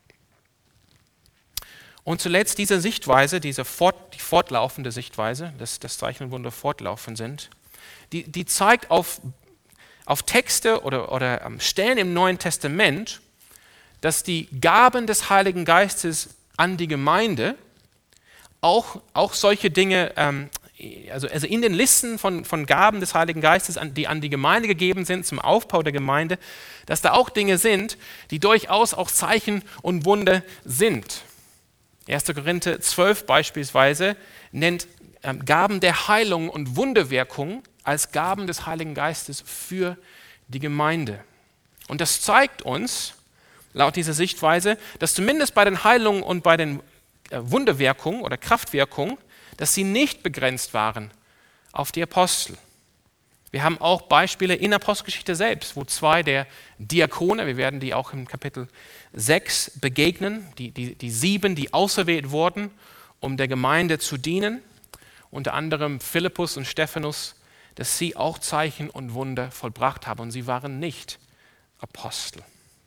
Und zuletzt diese Sichtweise, diese fort, die fortlaufende Sichtweise, dass das Zeichen und Wunder fortlaufend sind, die, die zeigt auf, auf Texte oder, oder Stellen im Neuen Testament, dass die Gaben des Heiligen Geistes an die Gemeinde auch, auch solche Dinge, ähm, also, also in den Listen von, von Gaben des Heiligen Geistes, an, die an die Gemeinde gegeben sind, zum Aufbau der Gemeinde, dass da auch Dinge sind, die durchaus auch Zeichen und Wunder sind. erster Korinther zwölf beispielsweise nennt ähm, Gaben der Heilung und Wunderwirkung als Gaben des Heiligen Geistes für die Gemeinde. Und das zeigt uns, laut dieser Sichtweise, dass zumindest bei den Heilungen und bei den äh, Wunderwirkungen oder Kraftwirkungen, dass sie nicht begrenzt waren auf die Apostel. Wir haben auch Beispiele in der Apostelgeschichte selbst, wo zwei der Diakone, wir werden die auch im Kapitel sechs begegnen, die, die, die sieben, die auserwählt wurden, um der Gemeinde zu dienen, unter anderem Philippus und Stephanus, dass sie auch Zeichen und Wunder vollbracht haben und sie waren nicht Apostel.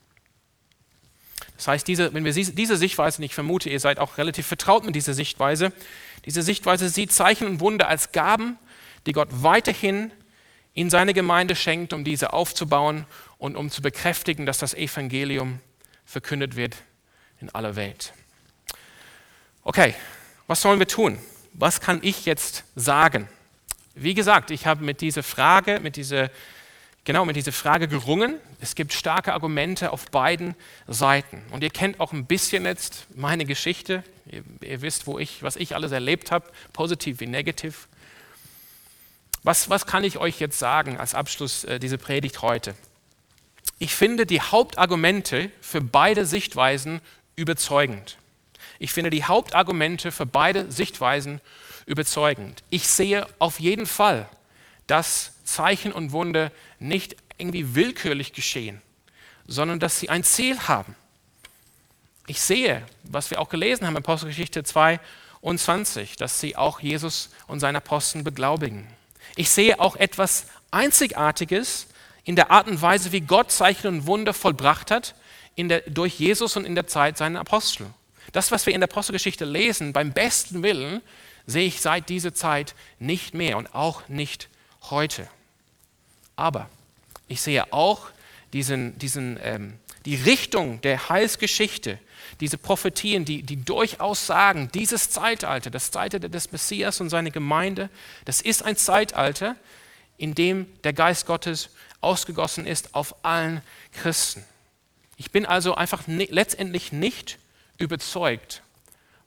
Das heißt, diese, wenn wir diese Sichtweise, und ich vermute, ihr seid auch relativ vertraut mit dieser Sichtweise, diese Sichtweise sieht Zeichen und Wunder als Gaben, die Gott weiterhin in seine Gemeinde schenkt, um diese aufzubauen und um zu bekräftigen, dass das Evangelium verkündet wird in aller Welt. Okay, was sollen wir tun? Was kann ich jetzt sagen? Wie gesagt, ich habe mit dieser Frage, mit dieser, genau mit dieser Frage gerungen. Es gibt starke Argumente auf beiden Seiten. Und ihr kennt auch ein bisschen jetzt meine Geschichte. Ihr, ihr wisst, wo ich, was ich alles erlebt habe, positiv wie negativ. Was, was kann ich euch jetzt sagen als Abschluss äh, dieser Predigt heute? Ich finde die Hauptargumente für beide Sichtweisen überzeugend. Ich finde die Hauptargumente für beide Sichtweisen überzeugend. Ich sehe auf jeden Fall, dass Zeichen und Wunder nicht irgendwie willkürlich geschehen, sondern dass sie ein Ziel haben. Ich sehe, was wir auch gelesen haben in Apostelgeschichte zweiundzwanzig, dass sie auch Jesus und seine Aposteln beglaubigen. Ich sehe auch etwas Einzigartiges in der Art und Weise, wie Gott Zeichen und Wunder vollbracht hat in der, durch Jesus und in der Zeit seiner Apostel. Das, was wir in der Apostelgeschichte lesen, beim besten Willen, sehe ich seit dieser Zeit nicht mehr und auch nicht heute. Aber ich sehe auch diesen, diesen, ähm, die Richtung der Heilsgeschichte, diese Prophetien, die, die durchaus sagen, dieses Zeitalter, das Zeitalter des Messias und seine Gemeinde, das ist ein Zeitalter, in dem der Geist Gottes ausgegossen ist auf allen Christen. Ich bin also einfach ne, letztendlich nicht überzeugt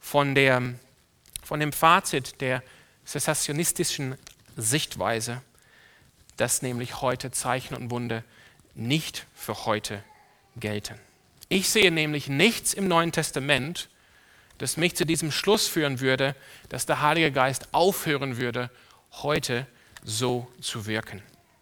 von, der, von dem Fazit der zessationistischen Sichtweise, dass nämlich heute Zeichen und Wunder nicht für heute gelten. Ich sehe nämlich nichts im Neuen Testament, das mich zu diesem Schluss führen würde, dass der Heilige Geist aufhören würde, heute so zu wirken.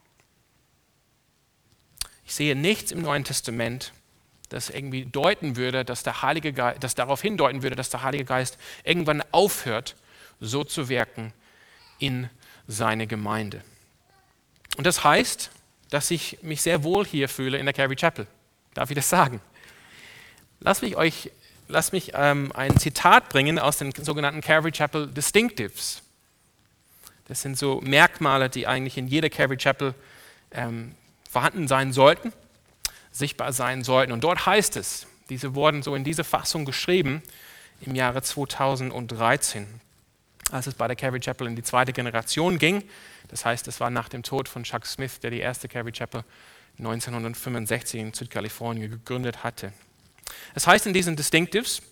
Ich sehe nichts im Neuen Testament, das irgendwie deuten würde, dass der Heilige Geist, das darauf hindeuten würde, dass der Heilige Geist irgendwann aufhört, so zu wirken in seine Gemeinde. Und das heißt, dass ich mich sehr wohl hier fühle in der Calvary Chapel. Darf ich das sagen? Lass mich euch, lass mich ähm, ein Zitat bringen aus den sogenannten Calvary Chapel Distinctives. Das sind so Merkmale, die eigentlich in jeder Calvary Chapel ähm, vorhanden sein sollten, sichtbar sein sollten. Und dort heißt es, diese wurden so in dieser Fassung geschrieben im Jahre zweitausenddreizehn, als es bei der Calvary Chapel in die zweite Generation ging. Das heißt, es war nach dem Tod von Chuck Smith, der die erste Calvary Chapel neunzehnhundertfünfundsechzig in Südkalifornien gegründet hatte. Es heißt in diesen Distinctives,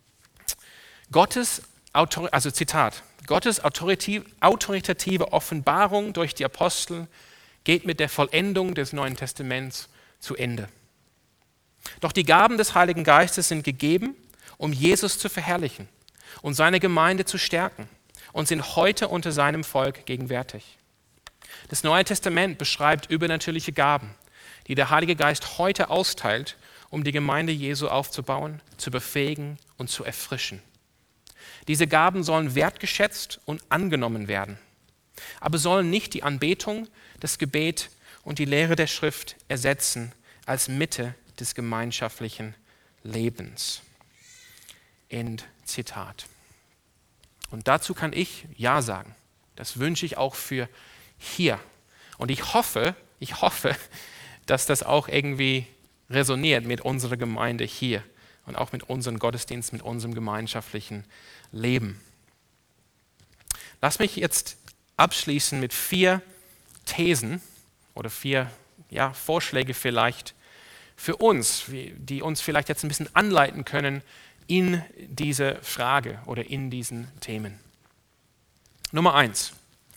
Gottes, Autor- also Zitat, Gottes autoritative Offenbarung durch die Apostel geht mit der Vollendung des Neuen Testaments zu Ende. Doch die Gaben des Heiligen Geistes sind gegeben, um Jesus zu verherrlichen und seine Gemeinde zu stärken und sind heute unter seinem Volk gegenwärtig. Das Neue Testament beschreibt übernatürliche Gaben, die der Heilige Geist heute austeilt, um die Gemeinde Jesu aufzubauen, zu befähigen und zu erfrischen. Diese Gaben sollen wertgeschätzt und angenommen werden, aber sollen nicht die Anbetung, das Gebet und die Lehre der Schrift ersetzen als Mitte des gemeinschaftlichen Lebens. End Zitat. Und dazu kann ich Ja sagen. Das wünsche ich auch für hier. Und ich hoffe, ich hoffe, dass das auch irgendwie resoniert mit unserer Gemeinde hier und auch mit unserem Gottesdienst, mit unserem gemeinschaftlichen Leben. Lass mich jetzt abschließen mit vier Thesen oder vier ja, Vorschläge vielleicht für uns, die uns vielleicht jetzt ein bisschen anleiten können in diese Frage oder in diesen Themen. Nummer eins.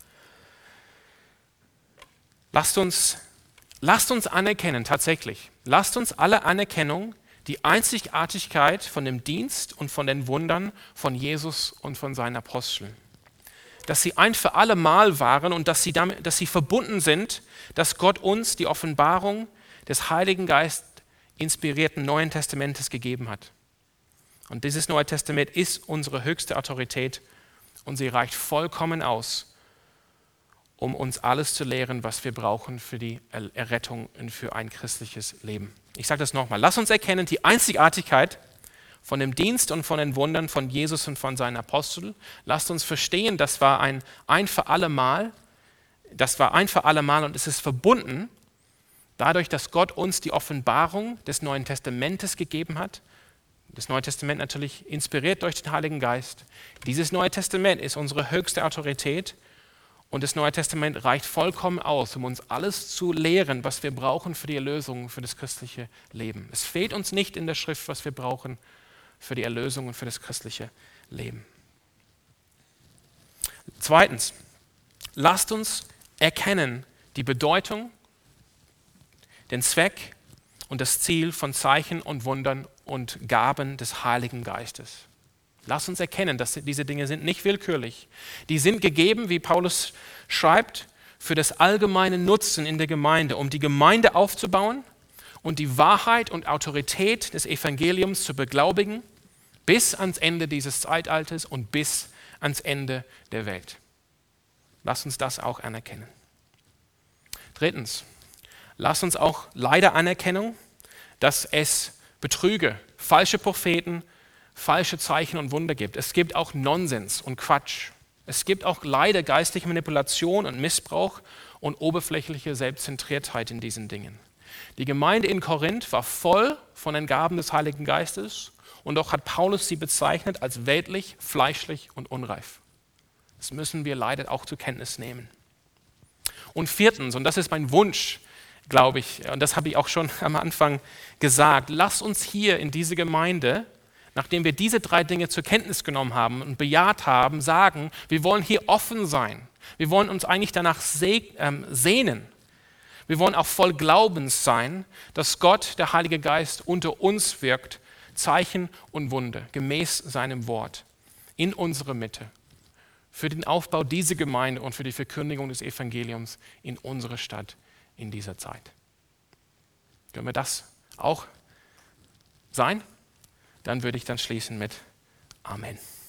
Lasst uns, lasst uns anerkennen, tatsächlich, lasst uns alle Anerkennung, die Einzigartigkeit von dem Dienst und von den Wundern von Jesus und von seinen Aposteln. Dass sie ein für alle Mal waren und dass sie, damit, dass sie verbunden sind, dass Gott uns die Offenbarung des Heiligen Geist inspirierten Neuen Testamentes gegeben hat. Und dieses Neue Testament ist unsere höchste Autorität und sie reicht vollkommen aus, um uns alles zu lehren, was wir brauchen für die Errettung und für ein christliches Leben. Ich sage das nochmal. Lass uns erkennen, die Einzigartigkeit von dem Dienst und von den Wundern von Jesus und von seinen Aposteln. Lasst uns verstehen, das war ein ein für alle Mal, das war ein für alle Mal und es ist verbunden dadurch, dass Gott uns die Offenbarung des Neuen Testamentes gegeben hat. Das Neue Testament natürlich inspiriert durch den Heiligen Geist. Dieses Neue Testament ist unsere höchste Autorität und das Neue Testament reicht vollkommen aus, um uns alles zu lehren, was wir brauchen für die Erlösung, für das christliche Leben. Es fehlt uns nicht in der Schrift, was wir brauchen für die Erlösung und für das christliche Leben. Zweitens, lasst uns erkennen die Bedeutung, den Zweck und das Ziel von Zeichen und Wundern und Gaben des Heiligen Geistes. Lasst uns erkennen, dass diese Dinge sind nicht willkürlich. Die sind gegeben, wie Paulus schreibt, für das allgemeine Nutzen in der Gemeinde, um die Gemeinde aufzubauen und die Wahrheit und Autorität des Evangeliums zu beglaubigen, bis ans Ende dieses Zeitalters und bis ans Ende der Welt. Lasst uns das auch anerkennen. Drittens, lasst uns auch leider anerkennen, dass es Betrüge, falsche Propheten, falsche Zeichen und Wunder gibt. Es gibt auch Nonsens und Quatsch. Es gibt auch leider geistliche Manipulation und Missbrauch und oberflächliche Selbstzentriertheit in diesen Dingen. Die Gemeinde in Korinth war voll von den Gaben des Heiligen Geistes und doch hat Paulus sie bezeichnet als weltlich, fleischlich und unreif. Das müssen wir leider auch zur Kenntnis nehmen. Und viertens, und das ist mein Wunsch, glaube ich, und das habe ich auch schon am Anfang gesagt, lasst uns hier in dieser Gemeinde nachdem wir diese drei Dinge zur Kenntnis genommen haben und bejaht haben, sagen, wir wollen hier offen sein. Wir wollen uns eigentlich danach sehnen. Wir wollen auch voll Glaubens sein, dass Gott, der Heilige Geist, unter uns wirkt, Zeichen und Wunder, gemäß seinem Wort, in unsere Mitte, für den Aufbau dieser Gemeinde und für die Verkündigung des Evangeliums in unserer Stadt in dieser Zeit. Können wir das auch sein? Dann würde ich dann schließen mit Amen.